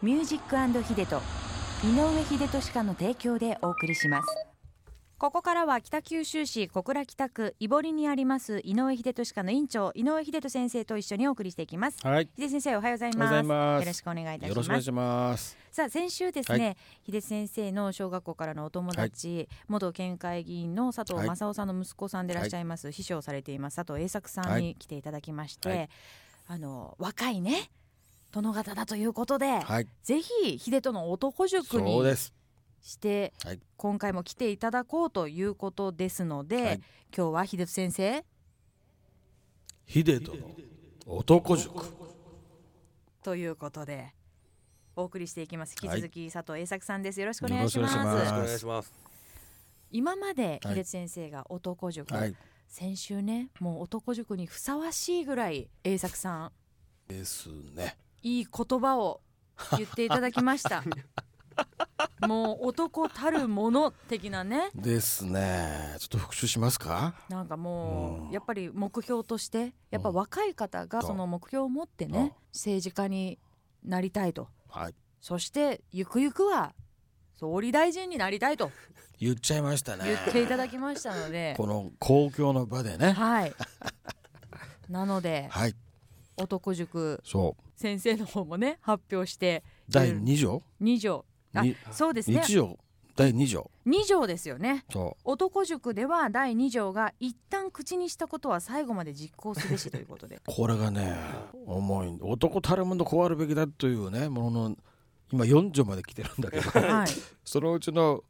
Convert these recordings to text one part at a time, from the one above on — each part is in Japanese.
ミュージック&ヒデと井上秀俊家の提供でお送りします。ここからは北九州市小倉北区井堀にあります井上秀俊家の院長井上秀俊先生と一緒にお送りしていきます。 はい、 秀先生おはようございます。よろしくお願いいたします。 よろしくお願いします。 さあ先週ですね、秀先生の小学校からのお友達、元県会議員の佐藤正夫さんの息子さんでいらっしゃいます、秘書をされています佐藤栄作さんに来ていただきまして、若いね殿方だということで、ぜひ秀との男塾にして、今回も来ていただこうということですので、今日は秀先生秀との男塾ということでお送りしていきます。引き続き佐藤栄作さんです。よろしくお願いします。 よろしくお願いします。 今まで秀先生が男塾、先週ねもう男塾にふさわしいぐらい栄作さんですね、 いい言葉を言っていただきましたもう男たるもの的なねですね。ちょっと復習しますか。 なんかもう、やっぱり目標としてやっぱ若い方がその目標を持ってね、政治家になりたいと、そしてゆくゆくは総理大臣になりたいと言っちゃいましたね。 言っていただきましたのでこの公共の場でね、 なので、男塾先生の方もね発表して第2条そうですね、 第2条 2条ですよね。男塾では第2条が一旦口にしたことは最後まで実行すべしということでこれがね重い。男たるものこうあるべきだというねものの今4条まで来てるんだけど、そのうちの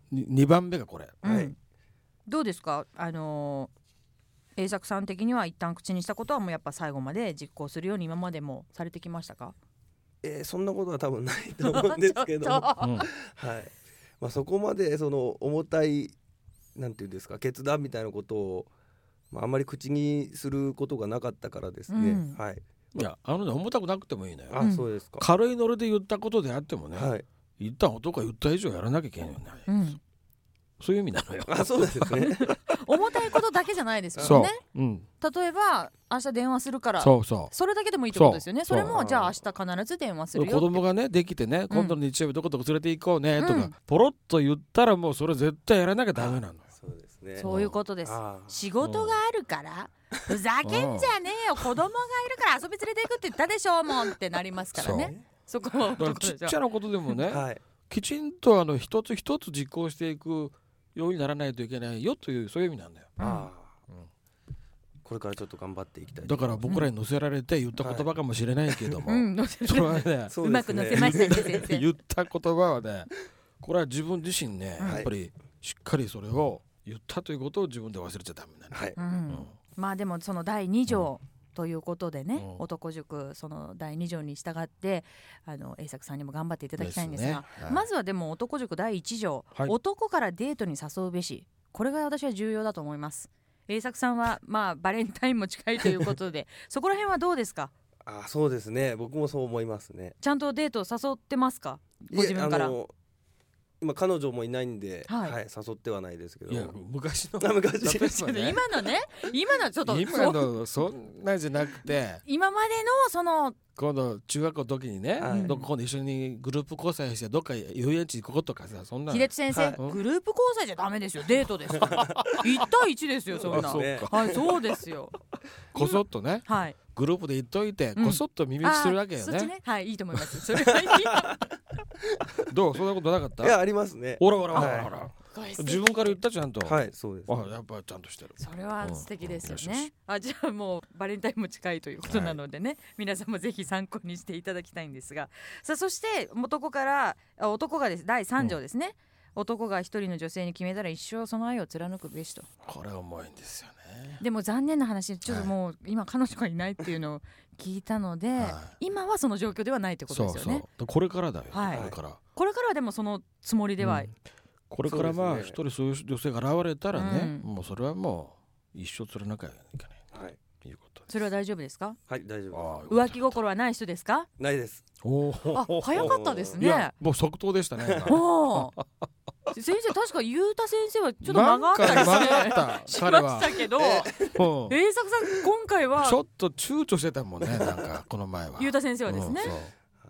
2番目がこれ、 どうですか栄作さん的には一旦口にしたことはもうやっぱ最後まで実行するように今までもされてきましたか？ そんなことは多分ないと思うんですけどそこまでその重たいなんていうんですか決断みたいなことを、あんまり口にすることがなかったからですね、 いや重たくなくてもいいのよ。 そうですか。 軽いノリで言ったことであってもね、一旦男が言った以上やらなきゃいけないよね、そういう意味なのよ。 そうですね重たいことだけじゃないですよね。例えば明日電話するからそれだけでもいいってことですよね。それもじゃあ明日必ず電話するよって。 子供がねできてね、今度の日曜日どこどこ連れて行こうねとか、ポロッと言ったらもうそれ絶対やらなきゃダメなのよ。 そうですね。 そういうことです。仕事があるからふざけんじゃねえよ、子供がいるから遊び連れて行くって言ったでしょもんってなりますからね。そこもちっちゃなことでもね、きちんと一つ一つ実行していくようにならないといけないよというそういう意味なんだよ。 これからちょっと頑張っていきたい。 だから僕らに乗せられて言った言葉かもしれないけども、それはねうまく乗せましたね先生。 言った言葉はねこれは自分自身ね、やっぱりしっかりそれを言ったということを自分で忘れちゃダメなんだ。 でもその第2条ということでね、男塾その第2条に従って栄作さんにも頑張っていただきたいんですが、まずはでも男塾第1条、男からデートに誘うべし、これが私は重要だと思います。栄作さんはバレンタインも近いということでそこら辺はどうですか？ そうですね、僕もそう思いますね。 ちゃんとデートを誘ってますか？ご自分から今彼女もいないんで、誘ってはないですけど。 いや昔の今のね今のちょっと今のそんなんじゃなくて今までのその今度中学校の時にね、今度一緒にグループ交際してどっか遊園地行こうとかさ、そんな秀先生、グループ交際じゃダメですよ、デートです1対1ですよ、そんな。そうですよ。 こそっとね、グループで言っといてこそっと耳打ちするわけよね。 そっちね、いいと思います。それはいいどう、そんなことなかった？ いや、ありますね。 ほら自分から言ったちゃんと。 そうです。 やっぱちゃんとしてる。 それは素敵ですよね。じゃあもうバレンタインも近いということなのでね、皆さんもぜひ参考にしていただきたいんですが、そして男がです第3条ですね、男が一人の女性に決めたら一生その愛を貫くべしと。 これ重いんですよね。 でも残念な話、ちょっともう今彼女がいないっていうのを聞いたので、今はその状況ではないってことですよね。 これからだよ。 これからはでもそのつもりでは、 これから一人そういう女性が現れたらね、もうそれはもう一生貫かなきゃいけない。いうことです。 それは大丈夫ですか？ 大丈夫。 浮気心はない人ですか？ ないです。 早かったですね。 もう即答でしたね。 先生、確かゆうた先生はちょっと間があったりしましたけど、栄作さん今回はちょっと躊躇してたもんね。なんかこの前はゆうた先生はですね、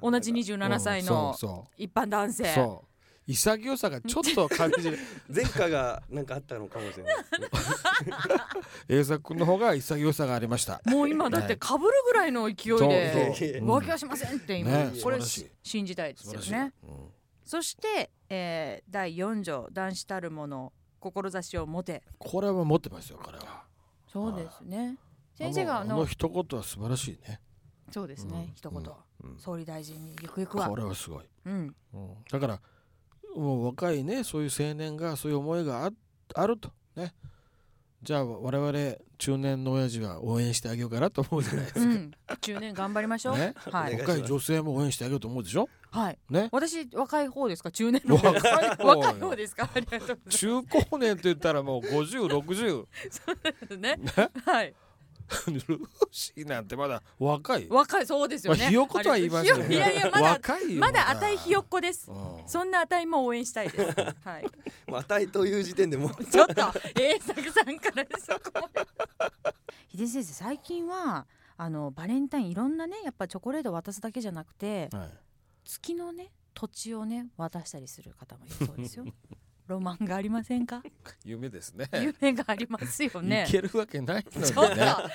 同じ27歳の一般男性、 そう潔さがちょっと感じる前科がなんかあったのかもしれないですね栄作君の方が潔さがありました。 もう今だって被るぐらいの勢いで浮気はしませんって今、 ね、 これ信じたいですよね。そして、第4条男子たるもの志を持て、 これは持ってますよ彼は。 そうですね。先生があの一言は素晴らしいね。 そうですね、一言、総理大臣にゆくゆくはこれはすごい、だからもう若いねそういう青年がそういう思いが あるとね、じゃあ我々中年の親父は応援してあげようかなと思うじゃないですか、 中年頑張りましょう、ね、 はい、若い女性も応援してあげようと思うでしょ。 はい、 ね、 私若い方ですか、中年の方若い方ですか。ありがとうございます。 中高年と言ったらもう50、60 そうですね、はい。 ルーシーなんてまだ若いそうですよね、 ひよことは言いますよね。 いやいやまだ若いよ、 まだあたいひよっこです、そんなあたいも応援したいです、はい、 あたいという時点でもうちょっと栄作さんからそこまで秀先生、最近はバレンタインいろんなねやっぱチョコレート渡すだけじゃなくて、月のね土地をね渡したりする方もいるそうですよロマンがありませんか。 夢ですね。 夢がありますよね。 行けるわけないのにね。 ちょっとだ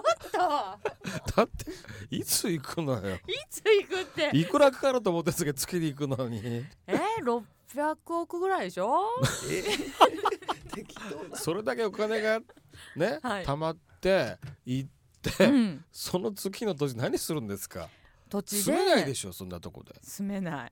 っていつ行くのよ。 いつ行くっていくらかかると思ってんですけど月に行くのに 600億ぐらいでしょそれだけお金がね、貯まって行って、その月の土地何するんですか。 土地で住めないでしょ、そんなとこで。 住めない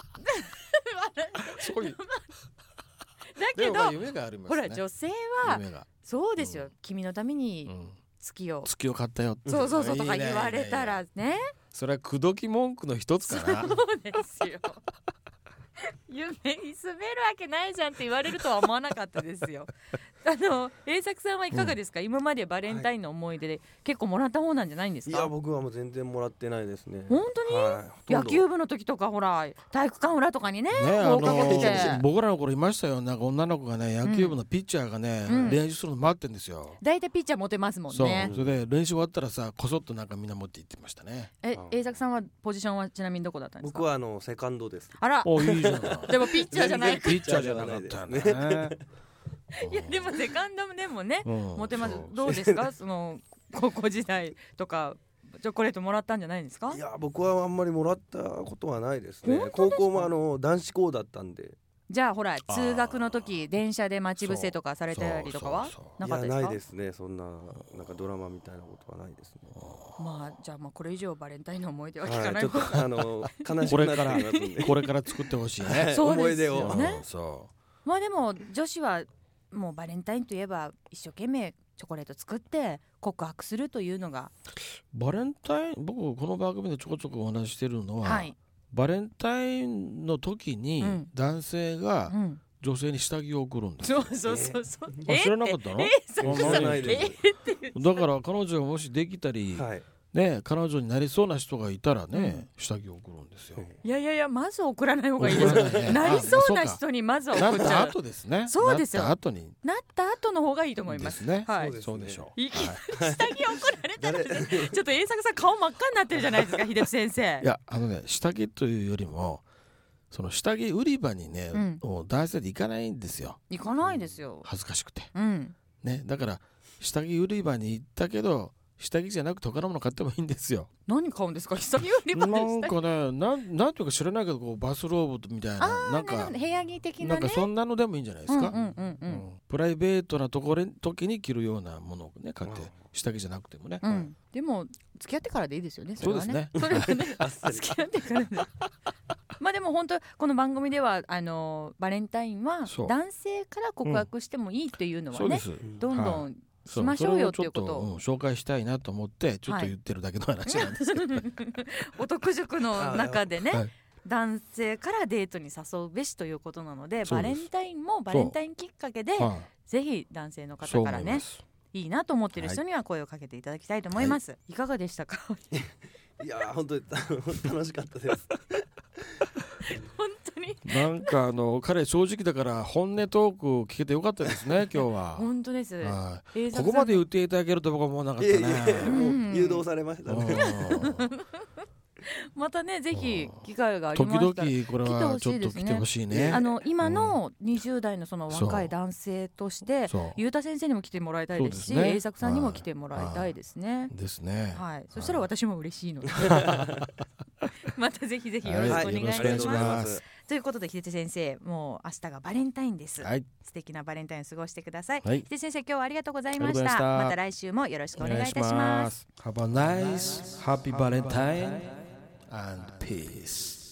そういうだけど夢がありますね。 ほら女性はそうですよ、君のために月を買ったよ、 そうとか言われたらね、 それは口説き文句の一つかな。 そうですよ夢に住めるわけないじゃんって言われるとは思わなかったですよ栄作さんはいかがですか、今までバレンタインの思い出で結構もらった方なんじゃないんですか。 いや僕はもう全然もらってないですね。 本当に、野球部の時とかほら体育館裏とかにね放課後来て、 僕らの頃いましたよ、なんか女の子がね野球部のピッチャーがね、練習するの待ってんですよ。 だいたいピッチャーモテますもんね。 それで練習終わったらさこそっとなんかみんな持って行ってましたね。 栄作さんはポジションはちなみにどこだったんですか。 僕はセカンドです。 あらいいじゃんでもピッチャーじゃないピッチャーじゃなかったよねいやでもセカンドでもね、モテます。どうですかその高校時代とかチョコレートもらったんじゃないですか。 いや僕はあんまりもらったことはないですね。高校も男子校だったんで。 じゃあほら通学の時電車で待ち伏せとかされたりとかはなかったですか。 いやないですね。そんななんかドラマみたいなことはないですね。 じゃあこれ以上バレンタインの思い出は聞かない方が、悲しくなってますんでこれから作ってほしいね思い出をね。でも女子はもうバレンタインといえば一生懸命チョコレート作って告白するというのがバレンタイン。僕この番組でちょこちょこお話してるのは、バレンタインの時に男性が女性に下着を送るんですよ。 そう知らなかったの。だから彼女がもしできたりね、彼女になりそうな人がいたらね、下着を送るんですよ。 いやまず送らない方がいいですよ、なりそうな人にまずは送っちゃう。 なった後ですね。 そうですよ、 なった後の方がいいと思いますね。そうでしょう。 下着送られたらちょっと栄作さん顔真っ赤になってるじゃないですか秀先生。 いや下着というよりもその下着売り場にね、男性で行かないんですよ。 行かないですよ、 恥ずかしくて、ね、だから下着売り場に行ったけど下着じゃなくて他のもの買ってもいいんですよ。 何買うんですか下着売り場で。 なんかね、なんていうか知らないけどバスローブみたいな、なんか部屋着的なね、 なんかそんなのでもいいんじゃないですか。プライベートな時に着るようなものをね買って下着じゃなくてもね、 でも付き合ってからでいいですよね。 そうですね。 それはね付き合ってからででも本当この番組ではバレンタインは男性から告白してもいいっていうのはね、どんどんしましょうよっていうことを紹介したいなと思ってちょっと言ってるだけの話なんですけど、 お得塾の中でね、男性からデートに誘うべしということなので、バレンタインもバレンタインきっかけでぜひ男性の方からねいいなと思ってる人には声をかけていただきたいと思います。いかがでしたか。 いや本当に楽しかったです本当になんか彼正直だから本音トーク聞けてよかったですね今日は。 本当です。 ここまで言っていただけると僕は思わなかったね。 誘導されましたね。 またねぜひ機会がありましたら時々これはちょっと来てほしいね。 今の20代のその若い男性としてゆうた先生にも来てもらいたいですし、栄作さんにも来てもらいたいですね。 ですね。 はい。そしたら私も嬉しいのでまたぜひぜひよろしくお願いします。ということで秀手先生、もう明日がバレンタインです。素敵なバレンタインを過ごしてください。秀手先生、今日はありがとうございました。また来週もよろしくお願いいたします。 Have a nice happy Valentine and peace.